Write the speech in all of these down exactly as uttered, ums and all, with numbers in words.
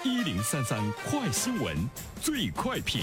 一零三三快新闻最快评。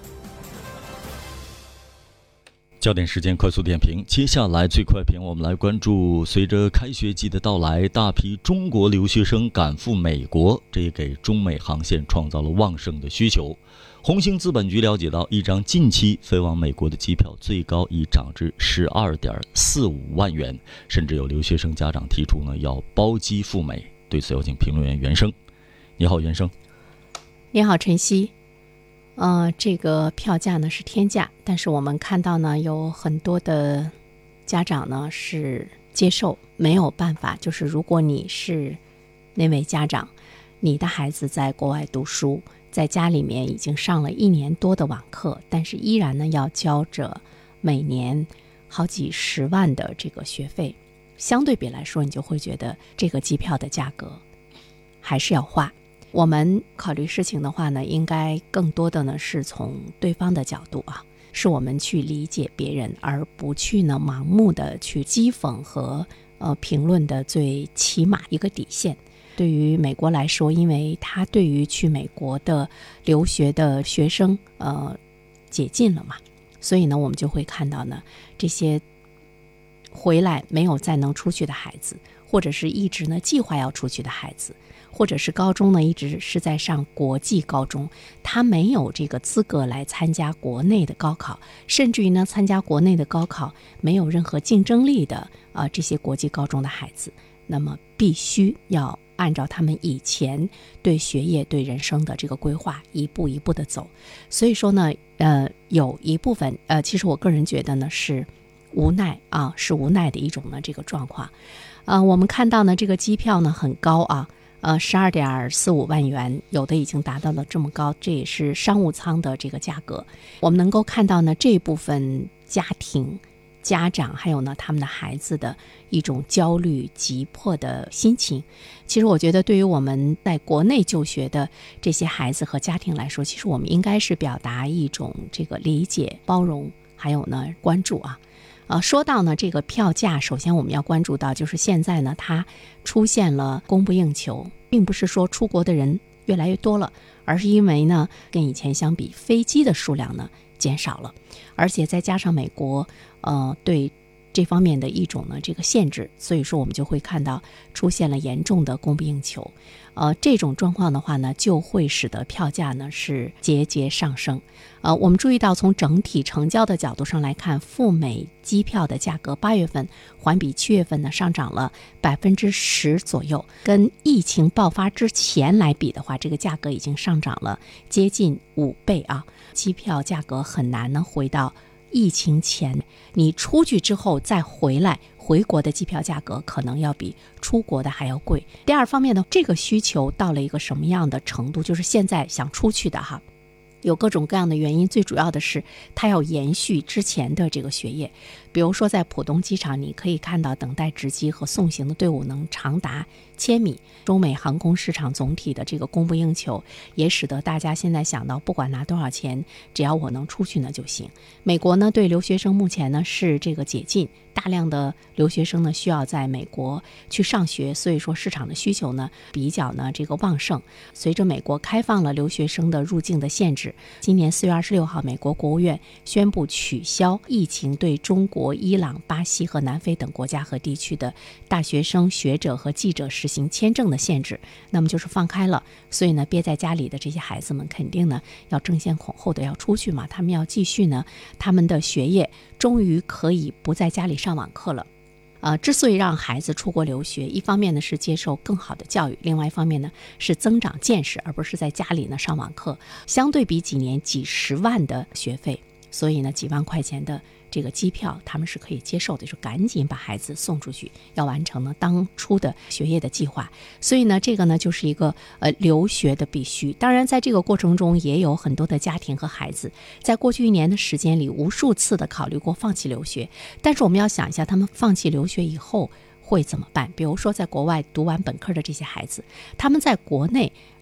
焦点时间快速点评，接下来最快评我们来关注，随着开学季的到来，大批中国留学生赶赴美国，这也给中美航线创造了旺盛的需求。红星资本局了解到，一张近期飞往美国的机票最高已涨至十二点四五万元，甚至有留学生家长提出呢要包机赴美。对此有请评论员袁生。你好，袁生。 你好，晨曦。呃，这个票价呢是天价，但是我们看到呢有很多的家长呢是接受，没有办法，就是如果你是那位家长，你的孩子在国外读书，在家里面已经上了一年多的网课，但是依然呢要交着每年好几十万的这个学费，相对比来说你就会觉得这个机票的价格还是要花。我们考虑事情的话呢，应该更多的呢是从对方的角度啊，是我们去理解别人，而不去呢盲目的去讥讽和呃评论的最起码一个底线。对于美国来说，因为他对于去美国的留学的学生呃解禁了嘛，所以呢我们就会看到呢这些回来没有再能出去的孩子，或者是一直呢计划要出去的孩子，或者是高中呢一直是在上国际高中，他没有这个资格来参加国内的高考，甚至于呢参加国内的高考没有任何竞争力的呃这些国际高中的孩子，那么必须要按照他们以前对学业对人生的这个规划一步一步的走。所以说呢呃有一部分呃其实我个人觉得呢是无奈啊，是无奈的一种呢这个状况。呃我们看到呢这个机票呢很高啊，呃，十二点四五万元，有的已经达到了这么高，这也是商务舱的这个价格。我们能够看到呢，这部分家庭、家长还有呢他们的孩子的一种焦虑、急迫的心情。其实我觉得，对于我们在国内就学的这些孩子和家庭来说，其实我们应该是表达一种这个理解、包容，还有呢关注啊。呃，说到呢这个票价，首先我们要关注到，就是现在呢它出现了供不应求，并不是说出国的人越来越多了，而是因为呢跟以前相比，飞机的数量呢减少了，而且再加上美国呃对这方面的一种呢这个限制，所以说我们就会看到出现了严重的供不应求。呃，这种状况的话呢，就会使得票价呢是节节上升。呃，我们注意到从整体成交的角度上来看，赴美机票的价格八月份环比七月份呢上涨了百分之十左右，跟疫情爆发之前来比的话，这个价格已经上涨了接近五倍啊！机票价格很难呢回到疫情前，你出去之后再回来。回国的机票价格可能要比出国的还要贵。第二方面呢，这个需求到了一个什么样的程度，就是现在想出去的哈，有各种各样的原因，最主要的是它要延续之前的这个学业。比如说在浦东机场，你可以看到等待值机和送行的队伍能长达千米。中美航空市场总体的这个供不应求，也使得大家现在想到不管拿多少钱，只要我能出去呢就行。美国呢对留学生目前呢是这个解禁，大量的留学生呢需要在美国去上学，所以说市场的需求呢比较呢这个旺盛。随着美国开放了留学生的入境的限制，今年四月二十六号，美国国务院宣布取消疫情对中国、伊朗、巴西和南非等国家和地区的大学生、学者和记者实行签证的限制，那么就是放开了。所以呢憋在家里的这些孩子们肯定呢要争先恐后的要出去嘛，他们要继续呢他们的学业，终于可以不在家里上网课了。呃，之所以让孩子出国留学，一方面呢是接受更好的教育，另外一方面呢是增长见识，而不是在家里呢上网课。相对比几年几十万的学费，所以呢几万块钱的这个机票他们是可以接受的，就赶紧把孩子送出去，要完成呢当初的学业的计划。所以呢这个呢就是一个呃留学的必须。当然在这个过程中也有很多的家庭和孩子在过去一年的时间里无数次的考虑过放弃留学，但是我们要想一下，他们放弃留学以后会怎么办？比如说在国外读完本科的这些孩子，他们在国内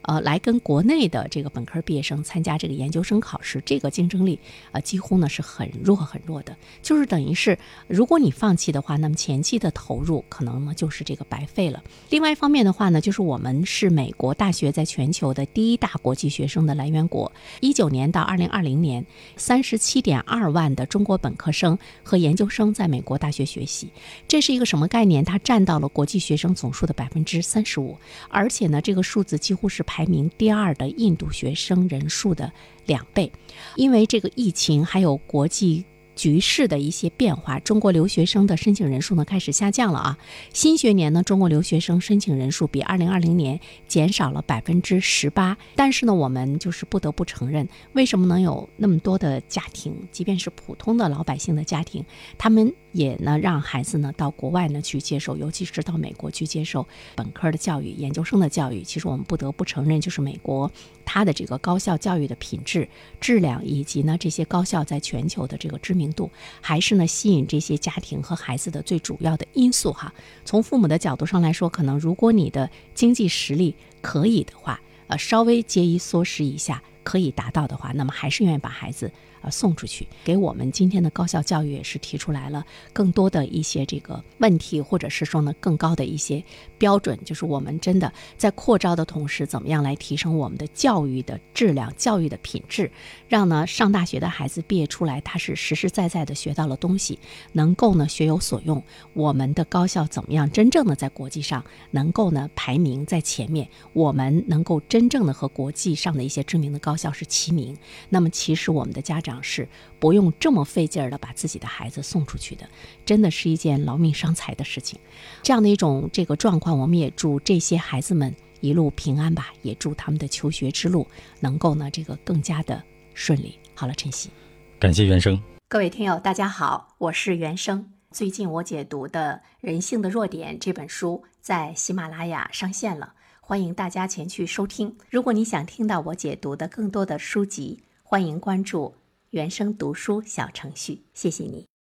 呃，来跟国内的这个本科毕业生参加这个研究生考试，这个竞争力呃几乎呢是很弱很弱的，就是等于是如果你放弃的话，那么前期的投入可能呢就是这个白费了。另外一方面的话呢，就是我们是美国大学在全球的第一大国际学生的来源国，一九年到二零二零年，三十七点二万的中国本科生和研究生在美国大学学习，这是一个什么概念？它占到了国际学生总数的百分之三十五，而且呢，这个数字几乎是排名第二的印度学生人数的两倍。因为这个疫情还有国际局势的一些变化，中国留学生的申请人数呢开始下降了啊。新学年呢，中国留学生申请人数比二零二零年减少了百分之十八。但是呢，我们就是不得不承认，为什么能有那么多的家庭，即便是普通的老百姓的家庭，他们也呢让孩子呢到国外呢去接受，尤其是到美国去接受本科的教育、研究生的教育。其实我们不得不承认，就是美国它的这个高校教育的品质、质量，以及呢这些高校在全球的这个知名度，还是呢吸引这些家庭和孩子的最主要的因素哈。从父母的角度上来说，可能如果你的经济实力可以的话，呃，稍微节衣缩食一下，可以达到的话，那么还是愿意把孩子呃送出去。给我们今天的高校教育也是提出来了更多的一些这个问题，或者是说呢更高的一些标准，就是我们真的在扩招的同时，怎么样来提升我们的教育的质量、教育的品质，让呢上大学的孩子毕业出来，他是实实在在的学到了东西，能够呢学有所用。我们的高校怎么样真正的在国际上能够呢排名在前面，我们能够真正的和国际上的一些知名的高校是齐名，那么其实我们的家长是不用这么费劲儿的把自己的孩子送出去的，真的是一件劳命伤财的事情。这样的一种这个状况，我们也祝这些孩子们一路平安吧，也祝他们的求学之路能够呢这个更加的顺利。好了，晨曦， 感谢原生。 各位听友大家好，我是原生。最近我解读的《人性的弱点》这本书在喜马拉雅上线了，欢迎大家前去收听。如果你想听到我解读的更多的书籍，欢迎关注原生读书小程序，谢谢你。